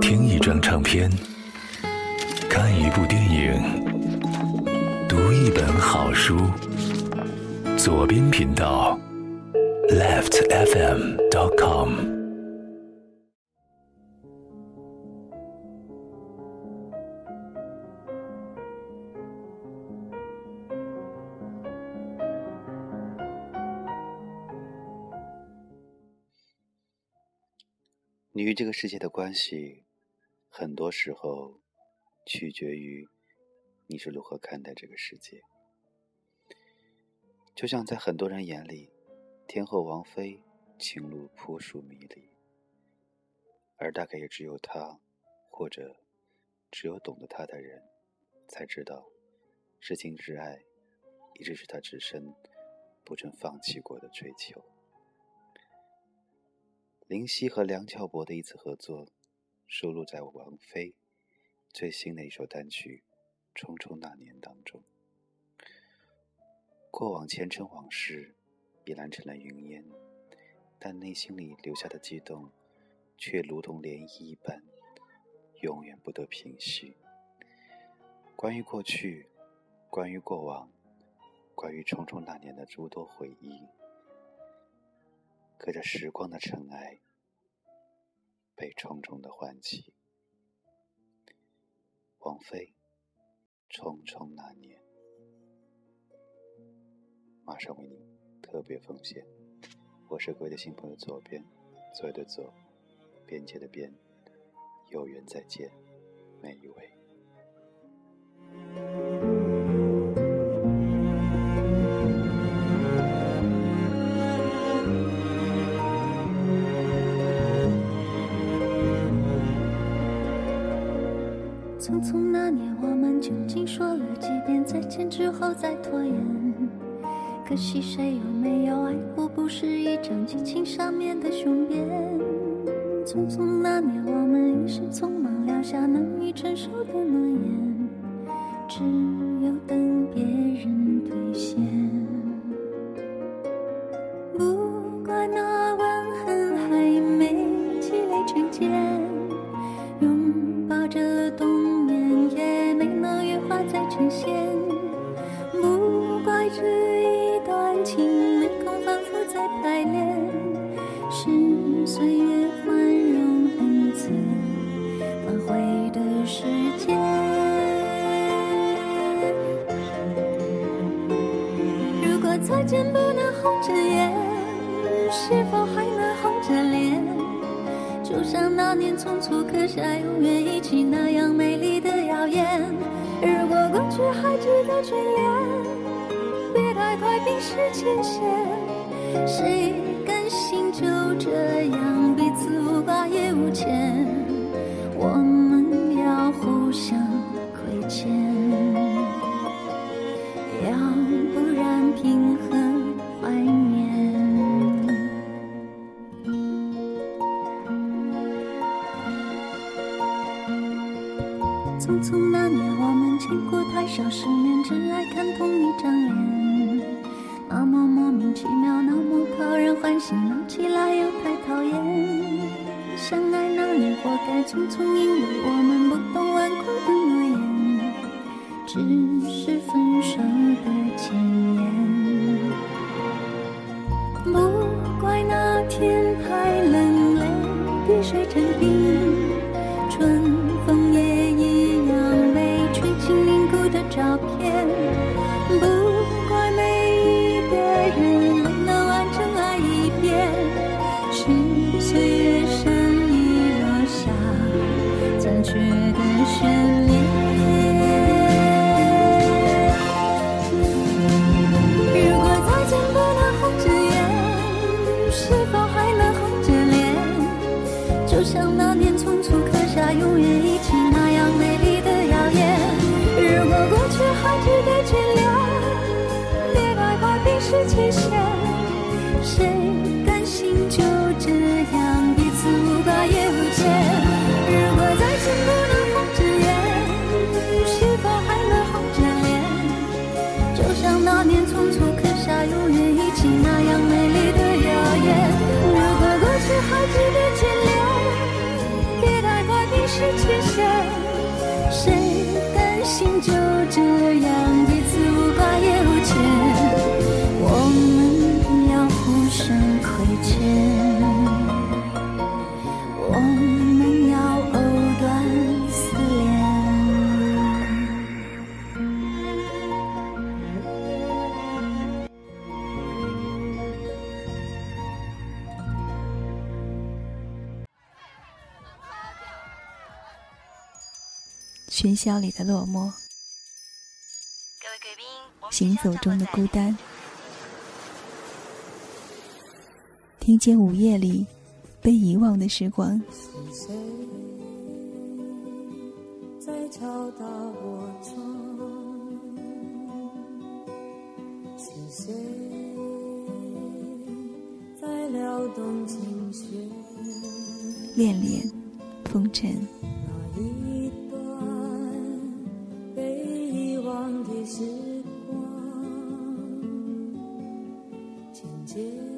听一张唱片，看一部电影，读一本好书。左边频道 leftfm.com。 你与这个世界的关系，很多时候取决于你是如何看待这个世界。就像在很多人眼里，天后王菲情路扑朔迷离，而大概也只有她，或者只有懂得她的人，才知道至情至爱一直是她只身不曾放弃过的追求。林夕和梁翘柏的一次合作，收录在王菲最新的一首单曲《匆匆那年》当中。过往前尘往事已然成了云烟，但内心里留下的激动却如同涟漪一般，永远不得平息。关于过去，关于过往，关于匆匆那年的诸多回忆，隔着时光的尘埃，被重重的唤起。王菲，匆匆那年，马上为你特别奉献。我是各位的新朋友左边，左右的左，边界的边，有缘再见，每一位。 匆匆那年，我们究竟说了几遍再见之后再拖延？可惜谁有没有爱过，不是一张激情上面的雄辩。匆匆那年，我们一时匆忙撂下难以承受的诺言，只有等别人兑现。不怪那吻痕还没积累成茧，拥抱着冬眠也没能羽化再成仙。不怪这一段情没空反复再排练，是岁月宽容恩赐反悔的时间。如果再见不能红着眼，是否还能红着脸？就像那年匆促刻下永远一起那样美丽的谣言。如果过去还值得眷恋，别太快冰释前嫌。谁甘心就这样彼此无挂也无牵？我们要互相亏欠，要不然凭何怀念？匆匆那年，我们见过太少世面，只爱看同一张脸，那么莫名其妙，那么讨人欢喜，闹起来又太讨厌。相爱那年活该匆匆，因为我们不懂顽固的诺言，只是分手的前言。不怪那天太冷，泪滴水成冰，春风也一样被吹进凝固的照片。不怪每一个人没能完整爱一遍，是岁月善意落下残缺的悬念。如果再见不能红着眼，是否还能红着脸？就像那年匆促刻下永远一起那样美丽的谣言。如果过去还值得眷恋，别太快冰释前嫌。谁甘心就这样彼此无挂也无牵？如果再见不能红着眼，是否还能红着脸？就像那年匆促刻下永远一起那样美丽的谣言。如果过去还值得眷恋，别太快冰释失去谁？谁甘心就这样彼此无挂也无牵？我们要互相亏欠，我们要藕断丝连。 喧嚣里的落寞，行走中的孤单，听见午夜里被遗忘的时光。 是谁在敲打我窗？是谁在撩动琴弦？ 恋恋风尘， 那一段被遗忘的时光，渐渐